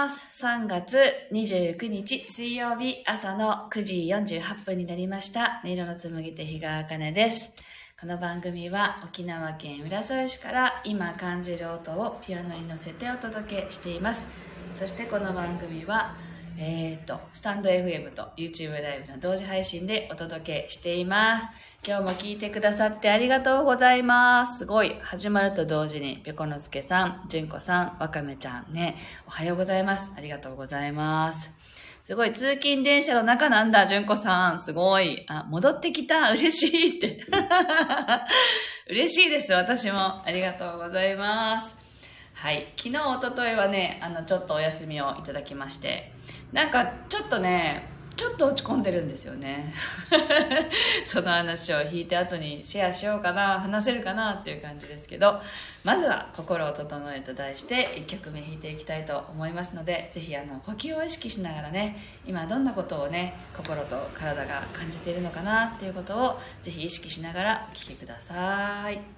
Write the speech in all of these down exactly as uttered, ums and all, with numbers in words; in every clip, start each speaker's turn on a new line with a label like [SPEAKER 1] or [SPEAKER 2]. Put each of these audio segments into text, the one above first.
[SPEAKER 1] ます。さんがつにじゅうくにち水曜日朝のくじよんじゅうはっぷんになりました。音色の紡ぎ手日川茜です。この番組は沖縄県浦添市から今感じる音をピアノに乗せてお届けしています。そしてこの番組はえー、っとスタンド エフエム と YouTube ライブの同時配信でお届けしています。今日も聞いてくださってありがとうございます。すごい始まると同時にぴょこのすけさん、じゅんこさん、わかめちゃんね、おはようございます。ありがとうございます。すごい通勤電車の中なんだ、じゅんこさん。すごい。あ、戻ってきた。嬉しいって。嬉しいです。私も。ありがとうございます。はい。昨日、おとといはね、あの、ちょっとお休みをいただきまして、なんか、ちょっとね、ちょっと落ち込んでるんですよね。その話を弾いた後にシェアしようかな、話せるかなっていう感じですけど、まずは心を整えると題していっきょくめ弾いていきたいと思いますので、ぜひあの呼吸を意識しながらね、今どんなことをね、心と体が感じているのかなっていうことをぜひ意識しながらお聴きください。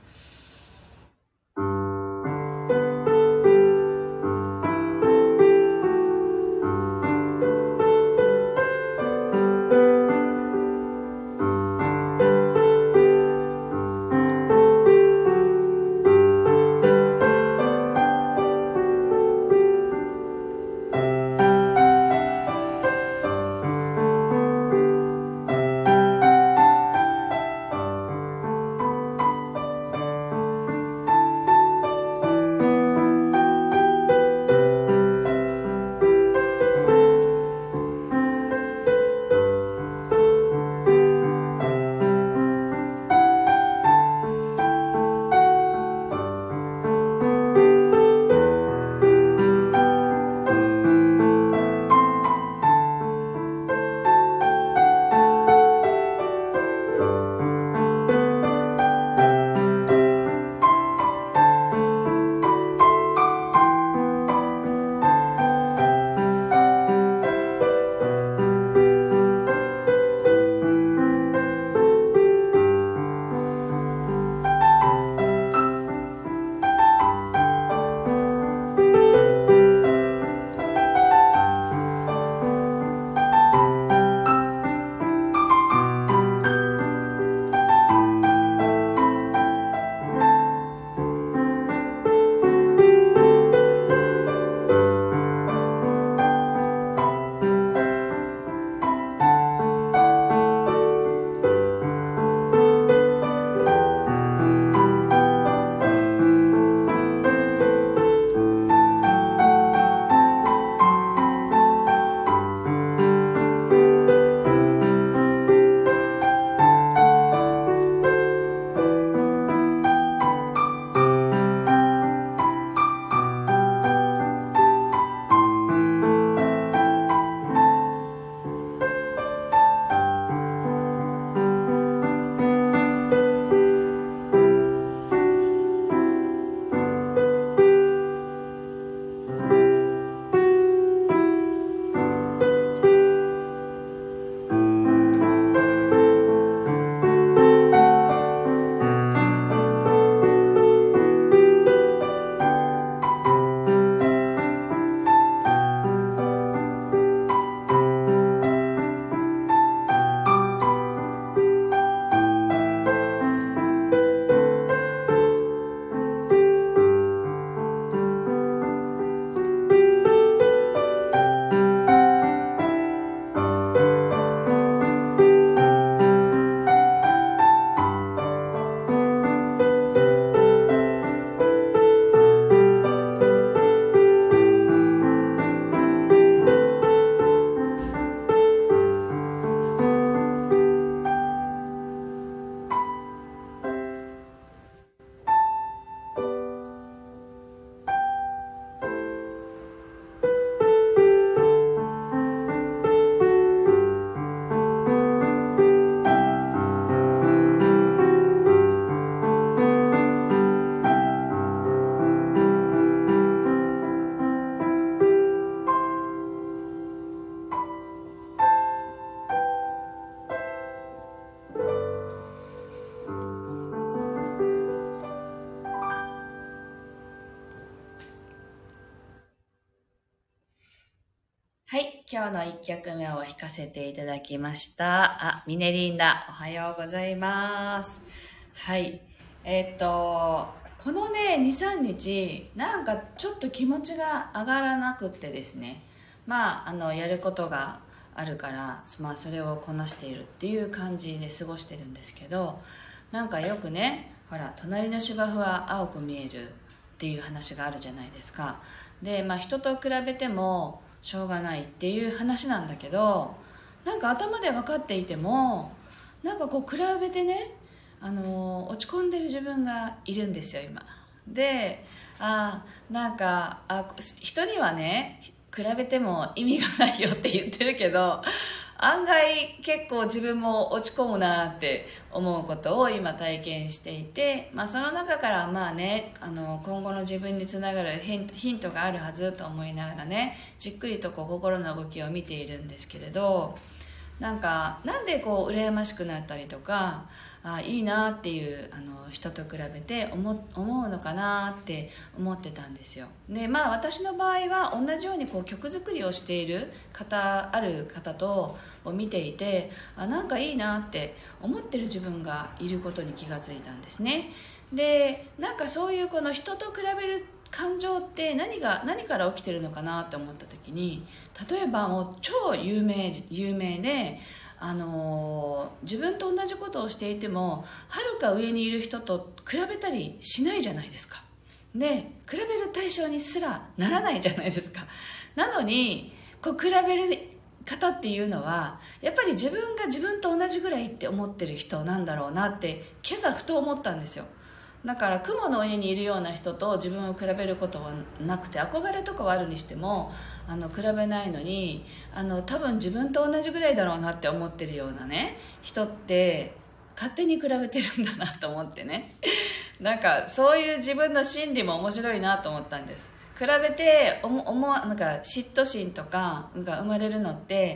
[SPEAKER 1] 今日のいっきょくめを弾かせていただきました。あ、ミネリンダ、おはようございます。はい。えーっと、このね、に、さんにち、なんかちょっと気持ちが上がらなくってですね、まあ、あの、やることがあるから、まあ、それをこなしているっていう感じで過ごしてるんですけど、なんかよくね、ほら、隣の芝生は青く見えるっていう話があるじゃないですか。で、まあ、人と比べても、しょうがないっていう話なんだけど、なんか頭で分かっていてもなんかこう比べてね、あの落ち込んでる自分がいるんですよ今で。あなんかあ人にはね比べても意味がないよって言ってるけど、案外結構自分も落ち込むなって思うことを今体験していて、まあ、その中からまあね、あの今後の自分につながるヒント、ヒントがあるはずと思いながらね、じっくりとこう心の動きを見ているんですけれど、なんかなんでこう羨ましくなったりとか、あいいなっていうあの人と比べて思思うのかなって思ってたんですよ。でまあ私の場合は同じようにこう曲作りをしている方ある方と見ていて、あなんかいいなって思ってる自分がいることに気がついたんですね。でなんかそういうこの人と比べる感情って何が何から起きてるのかなって思った時に、例えばもう超有名有名で、あのー自分と同じことをしていてもはるか上にいる人と比べたりしないじゃないですか。で比べる対象にすらならないじゃないですか。なのにこう比べる方っていうのはやっぱり自分が自分と同じぐらいって思ってる人なんだろうなって今朝ふと思ったんですよ。だから雲の上にいるような人と自分を比べることはなくて、憧れとかはあるにしてもあの比べないのに、あの多分自分と同じぐらいだろうなって思ってるようなね人って勝手に比べてるんだなと思ってねなんかそういう自分の心理も面白いなと思ったんです。比べて思思わなんか嫉妬心とかが生まれるのって、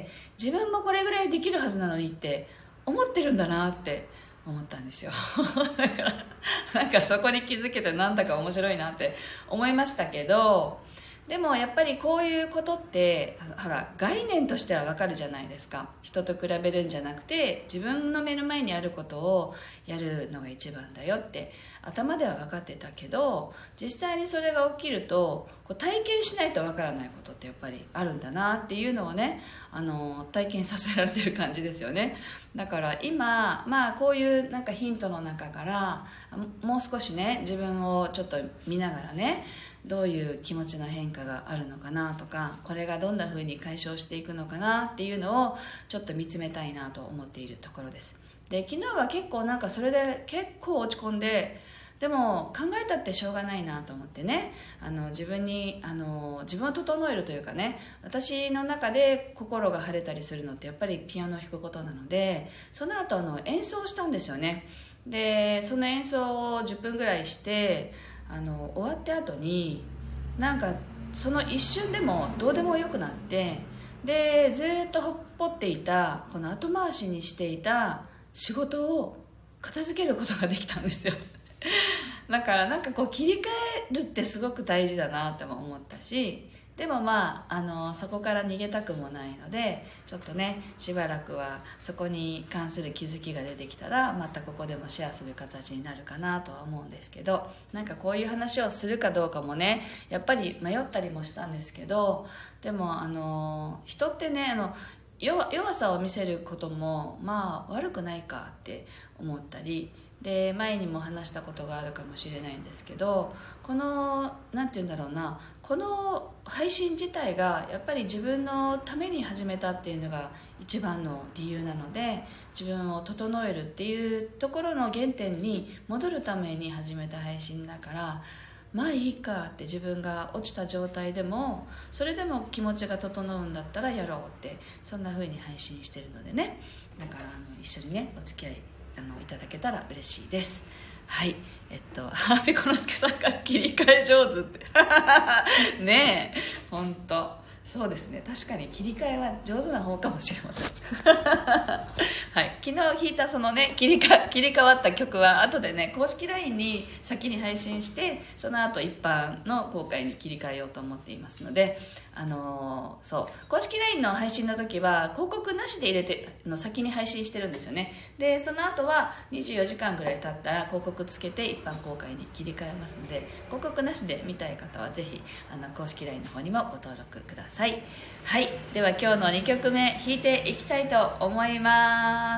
[SPEAKER 1] 自分もこれぐらいできるはずなのにって思ってるんだなって思ったんですよだからなんかそこに気づけてなんだか面白いなって思いましたけど、でもやっぱりこういうことってほら概念としてはわかるじゃないですか。人と比べるんじゃなくて自分の目の前にあることをやるのが一番だよって頭では分かってたけど、実際にそれが起きるとこう体験しないとわからないことってやっぱりあるんだなっていうのをね、あの体験させられてる感じですよね。だから今まあこういうなんかヒントの中からもう少しね自分をちょっと見ながらね、どういう気持ちの変化があるのかなとか、これがどんな風に解消していくのかなっていうのをちょっと見つめたいなと思っているところです。で昨日は結構なんかそれで結構落ち込んで、でも考えたってしょうがないなと思ってね、あの自分にあの自分を整えるというかね、私の中で心が晴れたりするのってやっぱりピアノを弾くことなので、その後あの演奏したんですよね。でその演奏をじゅっぷんぐらいして、あの終わった後になんかその一瞬でもどうでもよくなって、でずっとほっぽっていたこの後回しにしていた仕事を片付けることができたんですよだからなんかこう切り替えるってすごく大事だなとも思ったし、でもまあ、あのそこから逃げたくもないので、ちょっとねしばらくはそこに関する気づきが出てきたらまたここでもシェアする形になるかなとは思うんですけど、なんかこういう話をするかどうかもねやっぱり迷ったりもしたんですけど、でもあの人ってねあの弱弱さを見せることもまあ悪くないかって思ったりで、前にも話したことがあるかもしれないんですけど、このなんて言うんだろうな、この配信自体がやっぱり自分のために始めたっていうのが一番の理由なので、自分を整えるっていうところの原点に戻るために始めた配信だから、まあいいかって自分が落ちた状態でもそれでも気持ちが整うんだったらやろうって、そんな風に配信してるのでね、だからあの一緒にねお付き合いあのいただけたら嬉しいです。はい、えっとハーペコのすけさんが切り替え上手ってねえ本当そうですね、確かに切り替えは上手な方かもしれませんはい、 昨日弾いたそのね、切りか、切り替わった曲は、後でね、公式 ライン に先に配信して、その後一般の公開に切り替えようと思っていますので、あのー、そう、公式 ライン の配信の時は、広告なしで入れて、の先に配信してるんですよね。で、その後はにじゅうよじかんぐらい経ったら、広告つけて一般公開に切り替えますので、広告なしで見たい方は、ぜひ、あの、公式 ライン の方にもご登録ください。はい、では今日のにきょくめ弾いていきたいと思います。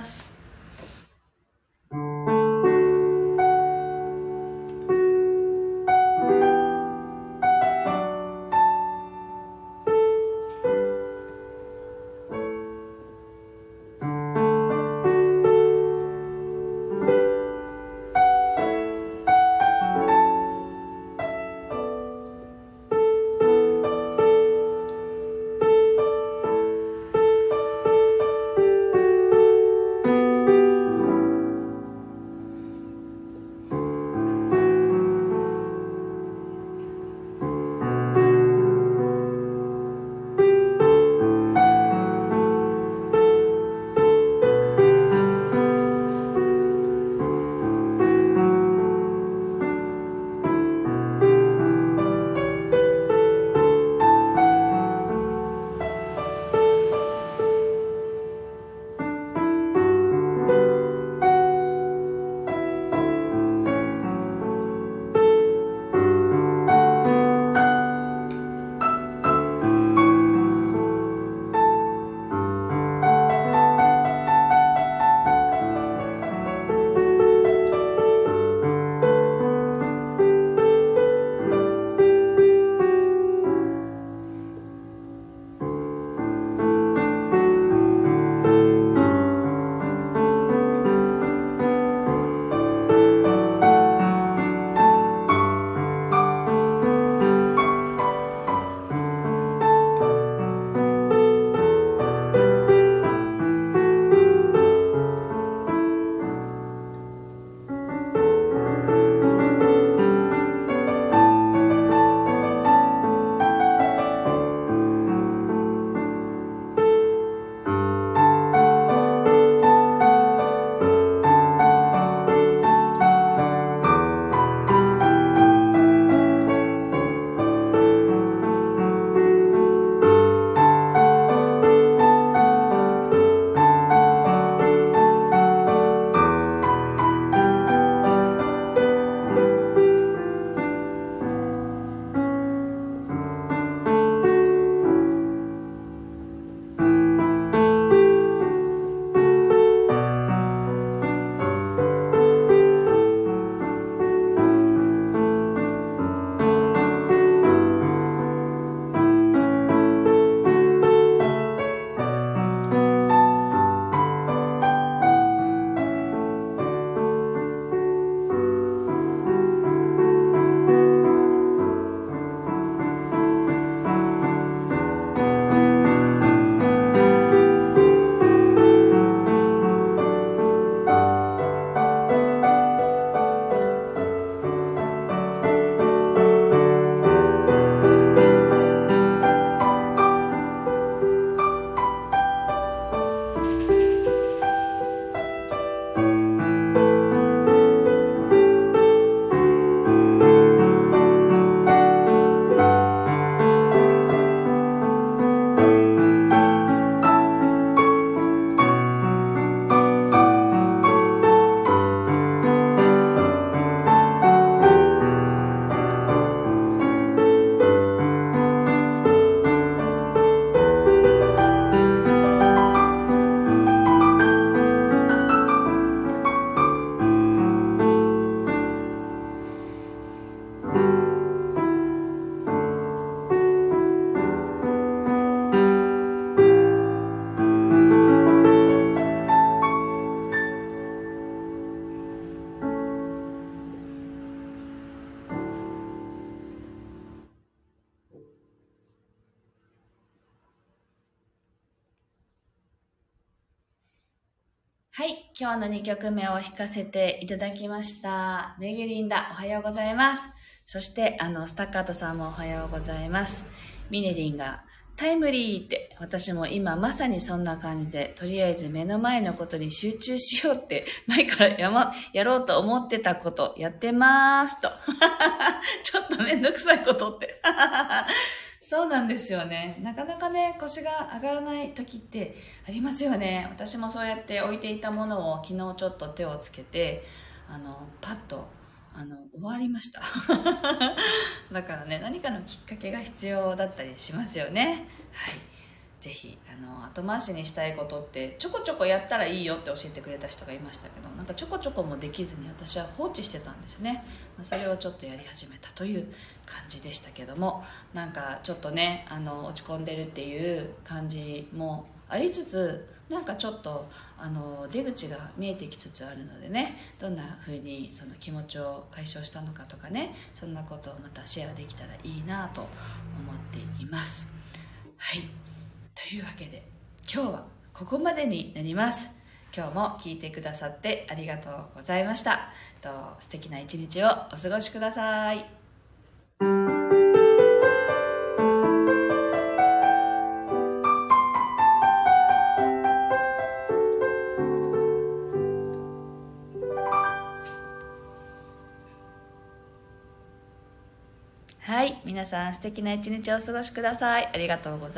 [SPEAKER 1] はい、今日のにきょくめを弾かせていただきました。メグリンダ、おはようございます。そして、あの、スタッカートさんもおはようございます。ミネリンがタイムリーって、私も今まさにそんな感じで、とりあえず目の前のことに集中しようって、前からやま、やろうと思ってたこと、やってまーすと。ちょっとめんどくさいことって。そうなんですよね。なかなかね、腰が上がらない時ってありますよね。私もそうやって置いていたものを昨日ちょっと手をつけて、あの、パッと、あの、終わりました。だからね、何かのきっかけが必要だったりしますよね。はい。ぜひ、あの、後回しにしたいことって、ちょこちょこやったらいいよって教えてくれた人がいましたけど、なんかちょこちょこもできずに私は放置してたんですよね。まあ、それをちょっとやり始めたという感じでしたけども、なんかちょっとね、あの、落ち込んでるっていう感じもありつつ、なんかちょっとあの出口が見えてきつつあるのでね、どんな風にその気持ちを解消したのかとかね、そんなことをまたシェアできたらいいなと思っています。はい、というわけで今日はここまでになります。今日も聞いてくださってありがとうございました。と素敵な一日をお過ごしください。はい、皆さん素敵な一日をお過ごしください。ありがとうございます。